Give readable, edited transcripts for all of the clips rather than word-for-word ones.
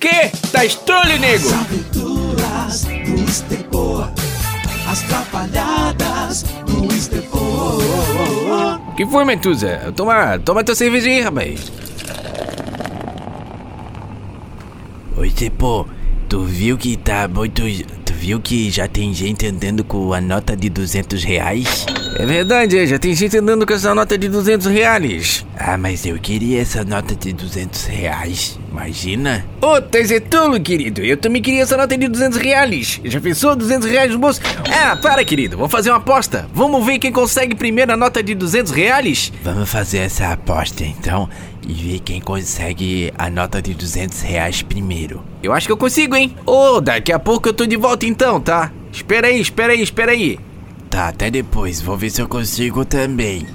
Que? Tá estrolho, nego? As aventuras do Estepô, as trapalhadas do Estepô. Que foi, Metusa? Toma tua cerveja aí, rapaz. Oi, Estepô, tu viu que tá muito... Tu viu que já tem gente andando com a nota de R$200? É verdade, já tem gente andando com essa nota de R$200. Ah, mas eu queria essa nota de R$200. Imagina. Ô, Thaís é tolo, querido. Eu também queria essa nota de R$200. Já pensou R$200 no bolso? Ah, para, querido. Vamos fazer uma aposta. Vamos ver quem consegue primeiro a nota de R$200? Vamos fazer essa aposta, então, e ver quem consegue a nota de R$200 primeiro. Eu acho que eu consigo, hein? Ô, daqui a pouco eu tô de volta então, tá? Espera aí. Tá, até depois. Vou ver se eu consigo também.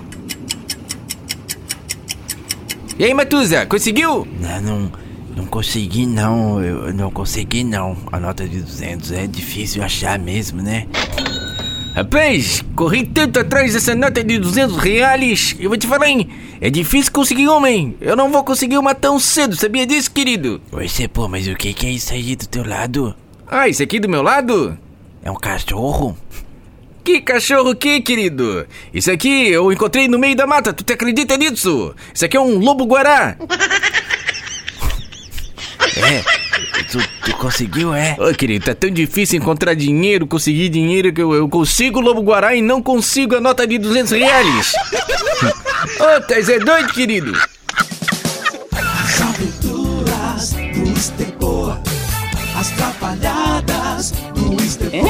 E aí, Matuza, conseguiu? Não consegui não. Eu não consegui não. A nota de 200 é difícil achar mesmo, né? Rapaz, corri tanto atrás dessa nota de R$200. Eu vou te falar, hein? É difícil conseguir uma, hein? Eu não vou conseguir uma tão cedo, sabia disso, querido? Oi, Estepô, mas o que é isso aí do teu lado? Ah, isso aqui do meu lado? É um cachorro? Que cachorro que, querido? Isso aqui eu encontrei no meio da mata, tu te acredita nisso? Isso aqui é um lobo-guará. Tu conseguiu, é? Ô, querido, tá tão difícil encontrar dinheiro, conseguir dinheiro, que eu consigo o lobo-guará e não consigo a nota de R$200. Ô, Thaís é doido, querido. As aventuras do Estepô, as trapalhadas do Estepô.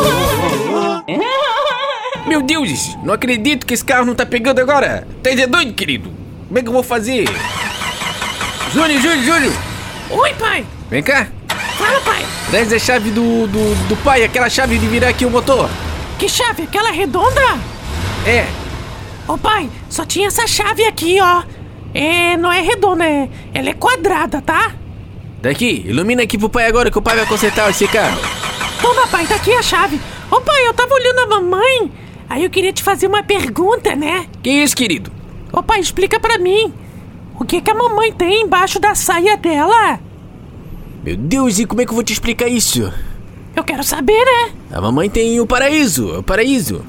Meu Deus, não acredito que esse carro não tá pegando agora. Thaís é doido, querido. Como é que eu vou fazer? Júlio. Oi, pai. Vem cá. Fala, pai. Traz a chave do pai, aquela chave de virar aqui o motor. Que chave? Aquela redonda? É. Ô, pai, só tinha essa chave aqui, ó. Não é redonda, ela é quadrada, tá? Daqui, ilumina aqui pro pai agora que o pai vai consertar esse carro. Toma, pai, tá aqui a chave. Ô, pai, eu tava olhando a mamãe. Aí eu queria te fazer uma pergunta, né? Que isso, querido? Ô, pai, explica pra mim. O que a mamãe tem embaixo da saia dela? Meu Deus, e como é que eu vou te explicar isso? Eu quero saber, né? A mamãe tem o paraíso. O paraíso!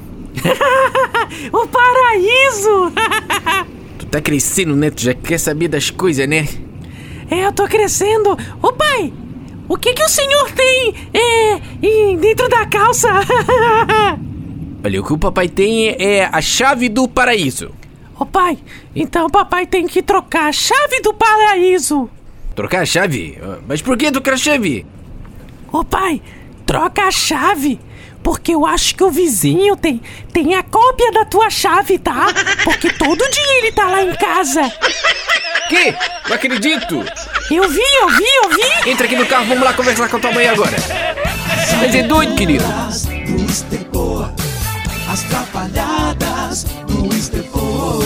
Tu tá crescendo, né? Tu já quer saber das coisas, né? Eu tô crescendo. Ô, pai, o que o senhor tem dentro da calça? Olha, o que o papai tem é a chave do paraíso. Ô, pai, então o papai tem que trocar a chave do paraíso. Trocar a chave? Mas por que trocar a chave? Ô, pai, troca a chave, porque eu acho que o vizinho tem a cópia da tua chave, tá? Porque todo dia ele tá lá em casa. Que? Não acredito. Eu vi. Entra aqui no carro, vamos lá conversar com a tua mãe agora. Mas é doido, querido. Do Estepô, as trapalhadas do Estepô.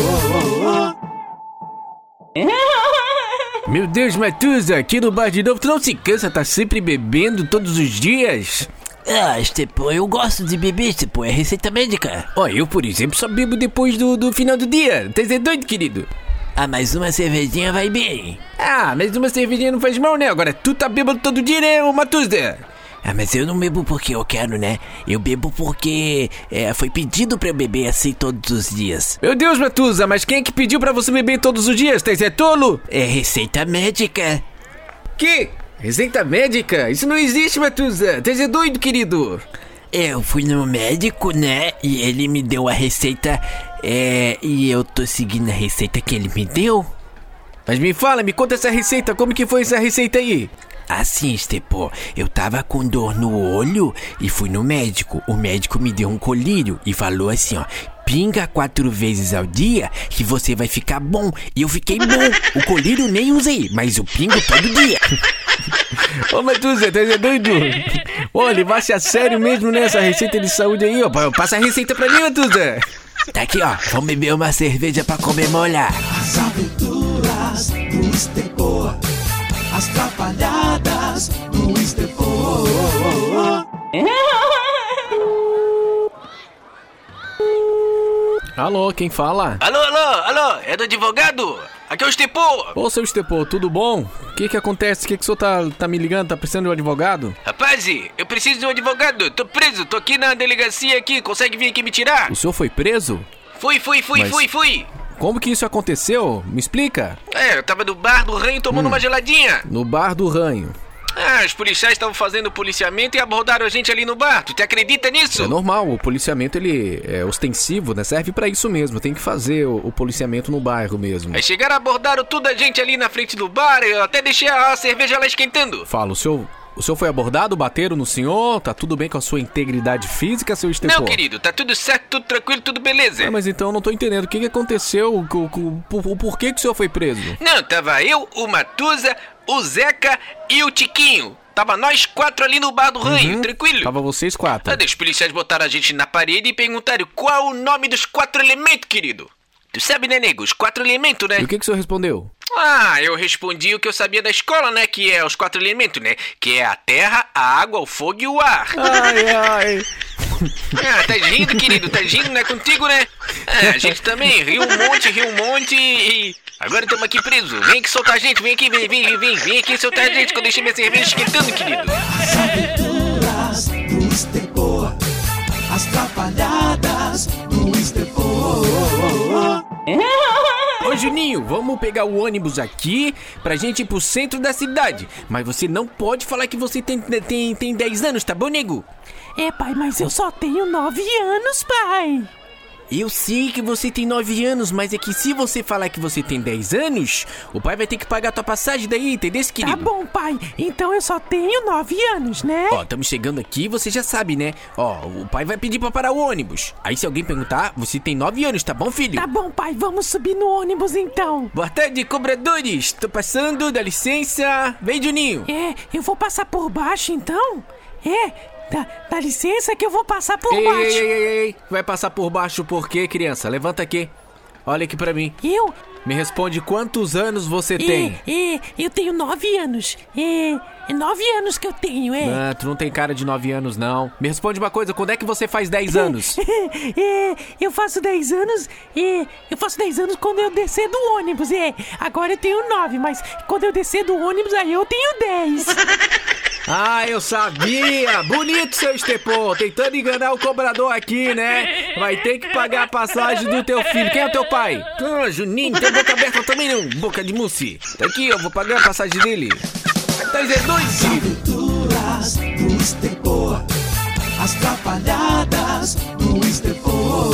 Meu Deus, Matuza, aqui no bar de novo, tu não se cansa, tá sempre bebendo todos os dias? Ah, Estepô, eu gosto de beber, Estepô, é receita médica. Ó, eu, por exemplo, só bebo depois do final do dia. Tá doido, querido? Ah, mas uma cervejinha vai bem. Ah, mas uma cervejinha não faz mal, né? Agora tu tá bêbado todo dia, né, ô Matuza? Ah, mas eu não bebo porque eu quero, né? Eu bebo porque foi pedido pra eu beber assim todos os dias. Meu Deus, Matuza, mas quem é que pediu pra você beber todos os dias? Thaís é tolo? É receita médica. Que? Receita médica? Isso não existe, Matuza. Thaís é doido, querido. Eu fui no médico, né? E ele me deu a receita. E eu tô seguindo a receita que ele me deu. Mas me conta essa receita. Como que foi essa receita aí? Assim, Estepô, eu tava com dor no olho e fui no médico. O médico me deu um colírio e falou assim, ó: pinga 4 vezes ao dia que você vai ficar bom. E eu fiquei bom. O colírio nem usei, mas eu pingo todo dia. Ô, Matuza, tá doido? Ô, levasse a sério mesmo nessa receita de saúde aí, ó. Passa a receita pra mim, Matuza. Tá aqui, ó. Vamos beber uma cerveja pra comemorar. As aventuras do Estepô, as trapalhadas do Estepô. Alô, quem fala? Alô, É do advogado? Aqui é o Estepô. Ô, seu Estepô, tudo bom? O que acontece? O que o senhor tá me ligando? Tá precisando de um advogado? Rapaz, eu preciso de um advogado. Tô preso, tô aqui na delegacia aqui. Consegue vir aqui me tirar? O senhor foi preso? Fui. Como que isso aconteceu? Me explica. Eu tava no bar do Ranho tomando uma geladinha. No bar do Ranho. Os policiais estavam fazendo policiamento e abordaram a gente ali no bar. Tu te acredita nisso? É normal, o policiamento ele é ostensivo, né? Serve pra isso mesmo, tem que fazer o policiamento no bairro mesmo. Aí chegaram, abordaram toda a gente ali na frente do bar, eu até deixei a cerveja lá esquentando. Fala, o senhor foi abordado, bateram no senhor? Tá tudo bem com a sua integridade física, seu Estepô? Não, querido, tá tudo certo, tudo tranquilo, tudo beleza. Mas então eu não tô entendendo, o que aconteceu, o porquê que o senhor foi preso? Não, tava eu, o Matusa, o Zeca e o Tiquinho. Tava nós 4 ali no bar do Ranho, tranquilo? Tava vocês 4. Os policiais botaram a gente na parede e perguntaram qual o nome dos 4 elementos, querido. Tu sabe, né, nego? Os 4 elementos, né? E o que o senhor respondeu? Eu respondi o que eu sabia da escola, né? Que é os 4 elementos, né? Que é a terra, a água, o fogo e o ar. Ai. Tá rindo, querido? Tá rindo, né? Contigo, né? A gente também riu um monte e... Agora estamos aqui presos. Vem aqui soltar a gente, vem aqui, vem aqui soltar a gente que eu deixei minha cerveja esquentando, querido. As aventuras do Estepô, as trapalhadas do Estepô. Ô Juninho, vamos pegar o ônibus aqui pra gente ir pro centro da cidade. Mas você não pode falar que você tem 10 anos, tá bom, nego? Pai, mas eu só tenho 9 anos, pai. Eu sei que você tem 9 anos, mas é que se você falar que você tem 10 anos, o pai vai ter que pagar a tua passagem daí, entendeu, querido? Tá bom, pai. Então eu só tenho 9 anos, né? Estamos chegando aqui, você já sabe, né? O pai vai pedir pra parar o ônibus. Aí se alguém perguntar, você tem 9 anos, tá bom, filho? Tá bom, pai. Vamos subir no ônibus, então. Boa tarde, cobradores. Tô passando, dá licença. Vem, Juninho. Eu vou passar por baixo, então? Dá licença que eu vou passar por baixo. Ei. Vai passar por baixo por quê, criança? Levanta aqui. Olha aqui pra mim. Eu? Me responde quantos anos você tem. Eu tenho 9 anos. 9 anos que eu tenho, Não, tu não tem cara de 9 anos, não. Me responde uma coisa, quando é que você faz 10 anos? Eu faço 10 anos. Eu faço 10 anos quando eu descer do ônibus. Agora eu tenho 9, mas quando eu descer do ônibus, aí eu tenho 10. Eu sabia! Bonito, seu Estepô, tentando enganar o cobrador aqui, né? Vai ter que pagar a passagem do teu filho. Quem é o teu pai? Juninho, tem boca aberta também não, boca de mousse. Tá aqui, eu vou pagar a passagem dele. Tá dizendo As aventuras do Estepô, as trapalhadas do Estepô.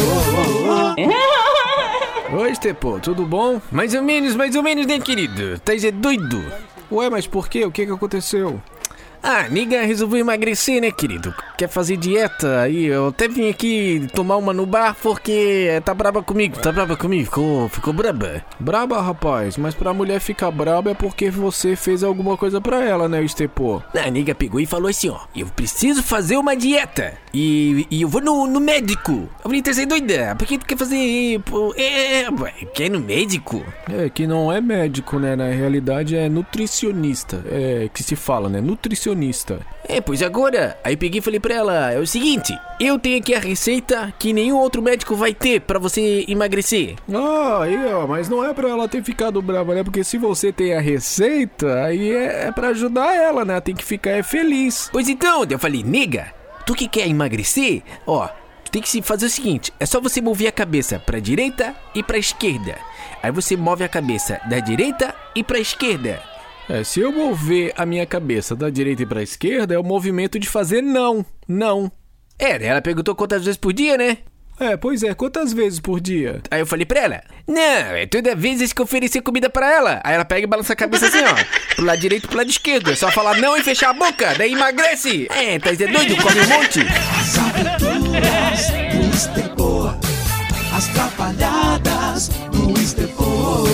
Oi, Estepô, tudo bom? Mais ou menos, né, querido? Tá doido? Ué, mas por quê? O que aconteceu? Nega resolveu emagrecer, né, querido? Quer fazer dieta? Aí eu até vim aqui tomar uma no bar porque tá braba comigo. Ficou braba. Braba, rapaz? Mas pra mulher ficar braba é porque você fez alguma coisa pra ela, né, Estepô? A nega pegou e falou assim, eu preciso fazer uma dieta e eu vou no médico. Eu falei, tá sendo doida? Por que tu quer fazer... quer ir no médico? Que não é médico, né? Na realidade é nutricionista. Que se fala, né? Nutricionista. Pois agora, aí peguei e falei pra ela, é o seguinte, eu tenho aqui a receita que nenhum outro médico vai ter pra você emagrecer. Mas não é pra ela ter ficado brava, né? Porque se você tem a receita, aí é pra ajudar ela, né? Tem que ficar feliz. Pois então, eu falei, nega, tu que quer emagrecer, tu tem que se fazer o seguinte, é só você mover a cabeça pra direita e pra esquerda. Aí você move a cabeça da direita e pra esquerda. Se eu mover a minha cabeça da direita e pra esquerda, é o movimento de fazer não. Ela perguntou quantas vezes por dia, né? Pois é, quantas vezes por dia? Aí eu falei pra ela, não, é toda vez que eu oferecer comida pra ela. Aí ela pega e balança a cabeça assim, pro lado direito e pro lado esquerdo. É só falar não e fechar a boca, daí emagrece. Tá doido, come um monte. As aventuras do Estepô, as trapalhadas do Estepô.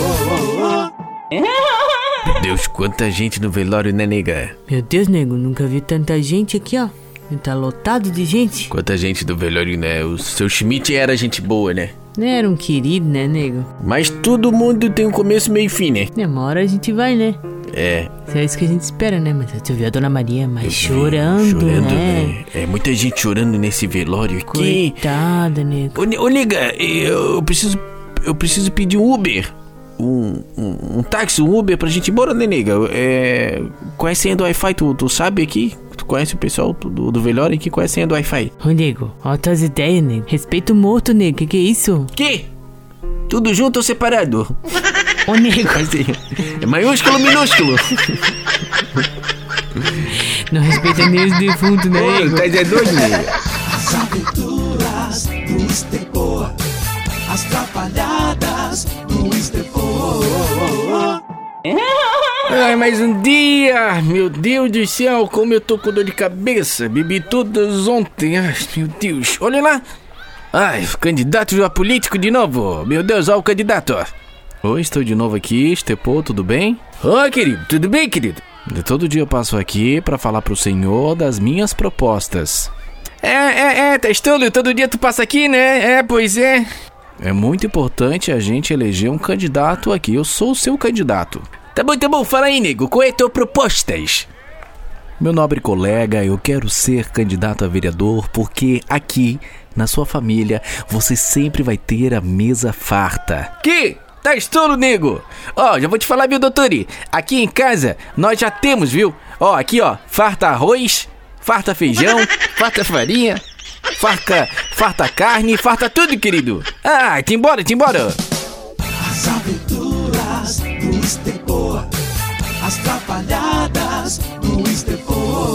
Meu Deus, quanta gente no velório, né, nega? Meu Deus, nego, nunca vi tanta gente aqui, ó. Tá lotado de gente. Quanta gente do velório, né? O seu Schmidt era gente boa, né? Era um querido, né, nego? Mas todo mundo tem um começo, meio e fim, né? Uma hora a gente vai, né? É isso que a gente espera, né? Mas tu viu a Dona Maria, mas chorando, né? Muita gente chorando nesse velório aqui. Coitada, nego. Ô, nega, eu preciso eu preciso pedir um Uber. Um táxi, um Uber pra gente ir embora, né, nega? Qual é a senha do Wi-Fi? Tu sabe aqui? Tu conhece o pessoal do velório aqui? Qual é a senha do Wi-Fi? Ô, nego, ó tuas ideias, nego. Respeita o morto, nego. Que é isso? Que? Tudo junto ou separado? Ô, nego. É maiúsculo ou minúsculo? Não respeita nem os defuntos, né, nego? Tá é doido, nega? As aventuras do Estepô, as trapalhadas do Estepô. Ai, mais um dia! Meu Deus do céu, como eu tô com dor de cabeça. Bebi todas ontem. Ai, meu Deus. Olha lá. Ai, candidato a político de novo. Meu Deus, olha o candidato. Oi, estou de novo aqui. Estepô, tudo bem? Oi, querido. Tudo bem, querido? Todo dia eu passo aqui pra falar pro senhor das minhas propostas. Testando, todo dia tu passa aqui, né? Pois é. É muito importante a gente eleger um candidato aqui. Eu sou o seu candidato. Tá bom, fala aí, nego. Qual é a tua propostas? Meu nobre colega, eu quero ser candidato a vereador porque aqui, na sua família, você sempre vai ter a mesa farta. Que? Tá estolo, nego. Ó, já vou te falar, viu, doutor? Aqui em casa, nós já temos, viu? Ó, aqui, ó, farta arroz, farta feijão, farta farinha, farta carne, farta tudo, querido. Ah, te embora. As aventuras do Estepô, as trapalhadas do Estepô.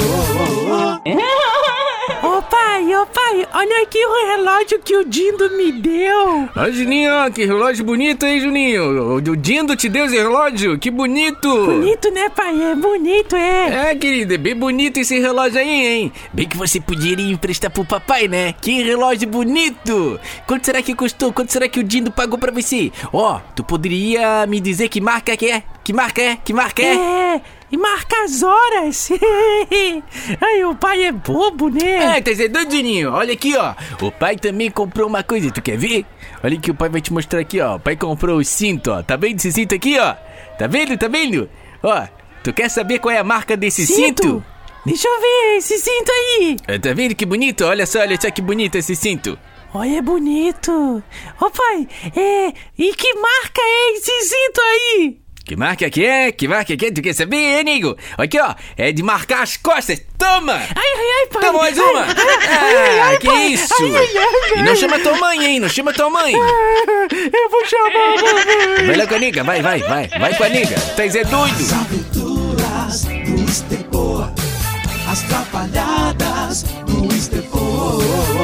Ô pai, olha aqui o relógio que o Dindo me deu. Ó, Juninho, que relógio bonito aí, Juninho. O Dindo te deu esse relógio, que bonito. Bonito, né, pai? É bonito, é. É, querido, é bem bonito esse relógio aí, hein? Bem que você poderia emprestar pro papai, né? Que relógio bonito. Quanto será que custou? Quanto será que o Dindo pagou pra você? Ó, tu poderia me dizer que marca que é? Que marca é? É, e marca as horas. Ai, o pai é bobo, né? Tá doido, Juninho? Olha aqui, ó. O pai também comprou uma coisa, tu quer ver? Olha que o pai vai te mostrar aqui, ó. O pai comprou o cinto, ó. Tá vendo esse cinto aqui, ó? Tá vendo? Ó, tu quer saber qual é a marca desse cinto? Deixa eu ver esse cinto aí. Tá vendo que bonito? Olha só que bonito esse cinto. Olha, é bonito. Ô pai, e que marca é esse cinto aí? Que marca que é? Tu quer saber, nego? Aqui, ó, é de marcar as costas. Toma! Ai, pai. Toma mais uma! Que pai. isso? E não chama tua mãe, hein? Não chama tua mãe. Eu vou chamar a mamãe. Vai lá com a nega, vai com a nega. É doido? As aventuras do Estepô, as trapalhadas do Estepô.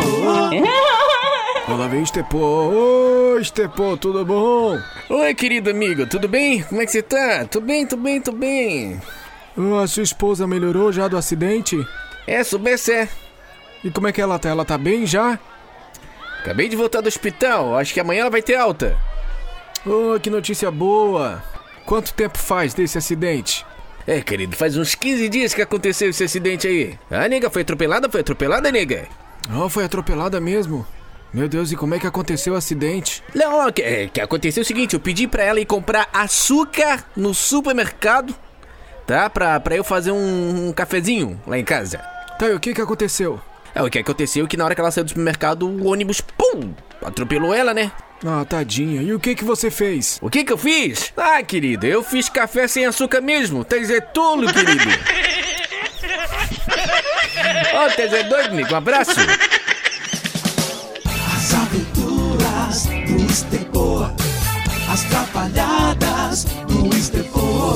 Olá, vem, Estepô. Ô, Estepô, tudo bom? Oi, querido amigo, tudo bem? Como é que você tá? Tô bem. A sua esposa melhorou já do acidente? Soubesse. E como é que ela tá? Ela tá bem já? Acabei de voltar do hospital, acho que amanhã ela vai ter alta. Oh, que notícia boa. Quanto tempo faz desse acidente? Querido, faz uns 15 dias que aconteceu esse acidente aí. A nega foi atropelada, nega? Oh, foi atropelada mesmo? Meu Deus, e como é que aconteceu o acidente? Não, que aconteceu o seguinte, eu pedi pra ela ir comprar açúcar no supermercado, tá? Pra eu fazer um cafezinho lá em casa. Tá, e o que aconteceu? O que aconteceu é que na hora que ela saiu do supermercado, o ônibus, pum, atropelou ela, né? Ah, tadinha. E o que você fez? O que eu fiz? Querido, eu fiz café sem açúcar mesmo. Tá tolo, querido. Tá doido, Nico? Um abraço. As aventuras do Estepô, as trapalhadas do Estepô.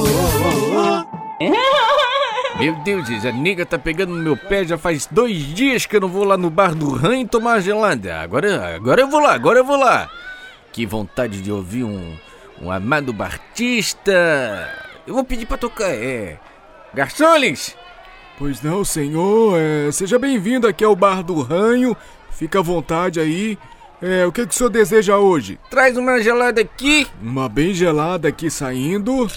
Meu Deus, a nega tá pegando no meu pé. Já faz 2 dias que eu não vou lá no bar do Ranho tomar gelada. Agora eu vou lá. Que vontade de ouvir um Amado Batista. Eu vou pedir pra tocar, Garçons! Pois não, senhor. Seja bem-vindo aqui ao bar do Ranho. Fica à vontade aí. O que o senhor deseja hoje? Traz uma gelada aqui. Uma bem gelada aqui saindo.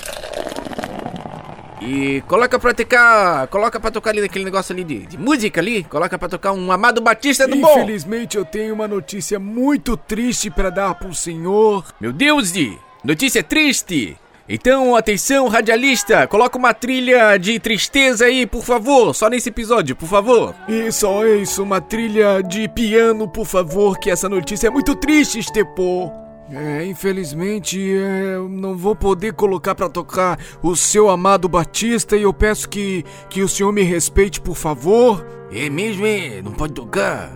E coloca pra tocar ali naquele negócio ali de música ali. Coloca pra tocar um Amado Batista do bom. Infelizmente eu tenho uma notícia muito triste pra dar pro senhor. Meu Deus, notícia triste. Então, atenção, radialista, coloca uma trilha de tristeza aí, por favor, só nesse episódio, por favor. Isso, uma trilha de piano, por favor, que essa notícia é muito triste, Estepô. Infelizmente, eu não vou poder colocar pra tocar o seu Amado Batista e eu peço que o senhor me respeite, por favor. É mesmo, não pode tocar.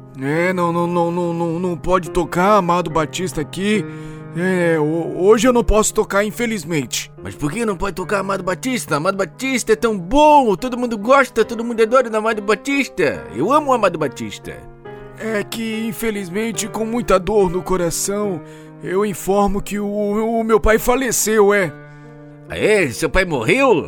Não pode tocar Amado Batista aqui. Hoje eu não posso tocar, infelizmente. Mas por que não pode tocar Amado Batista? Amado Batista é tão bom, todo mundo gosta, todo mundo adora o Amado Batista. Eu amo o Amado Batista. É que, infelizmente, com muita dor no coração, eu informo que o meu pai faleceu, Seu pai morreu?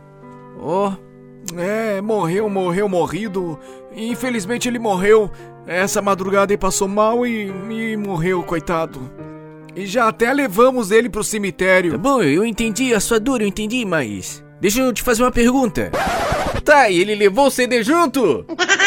Morrido. Infelizmente ele morreu. Essa madrugada ele passou mal e morreu, coitado. E já até levamos ele pro cemitério. Tá bom, eu entendi a sua dor, mas... Deixa eu te fazer uma pergunta. Tá, e ele levou o CD junto?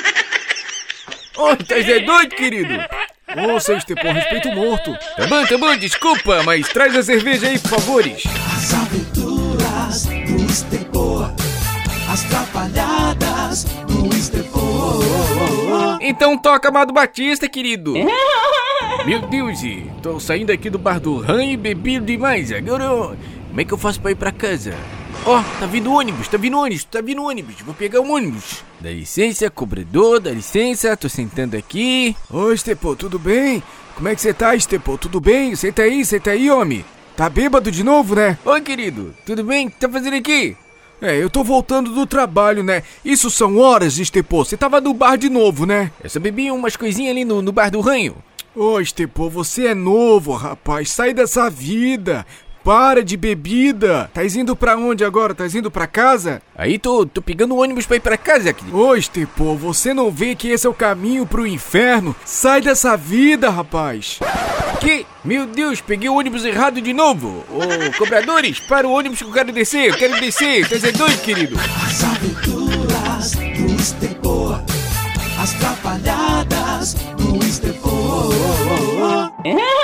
Tá doido, querido? Seu Estepô, respeita o morto. Tá bom, desculpa, mas traz a cerveja aí, por favores. As aventuras do Estepô, as trapalhadas do Estepô. Então toca Amado Batista, querido. Meu Deus, tô saindo aqui do bar do Ram e bebi demais. Agora, como é que eu faço pra ir pra casa? Tá vindo ônibus. Vou pegar um ônibus. Dá licença, cobrador, dá licença, tô sentando aqui. Estepô, tudo bem? Como é que você tá, Estepô? Tudo bem? Senta aí, homem. Tá bêbado de novo, né? Oi, querido, tudo bem? O que tá fazendo aqui? Eu tô voltando do trabalho, né? Isso são horas, Estepô. Você tava no bar de novo, né? Eu só bebi umas coisinhas ali no bar do Ranho. Estepô, você é novo, rapaz. Sai dessa vida. Para de bebida. Tás indo pra onde agora? Tás indo pra casa? Aí tô pegando um ônibus pra ir pra casa, querido. Estepô, você não vê que esse é o caminho pro inferno? Sai dessa vida, rapaz. Que? Meu Deus, peguei o ônibus errado de novo. Cobradores, para o ônibus que eu quero descer. Tá doido, querido. As aventuras do Estepô, as trapalhadas do Estepô.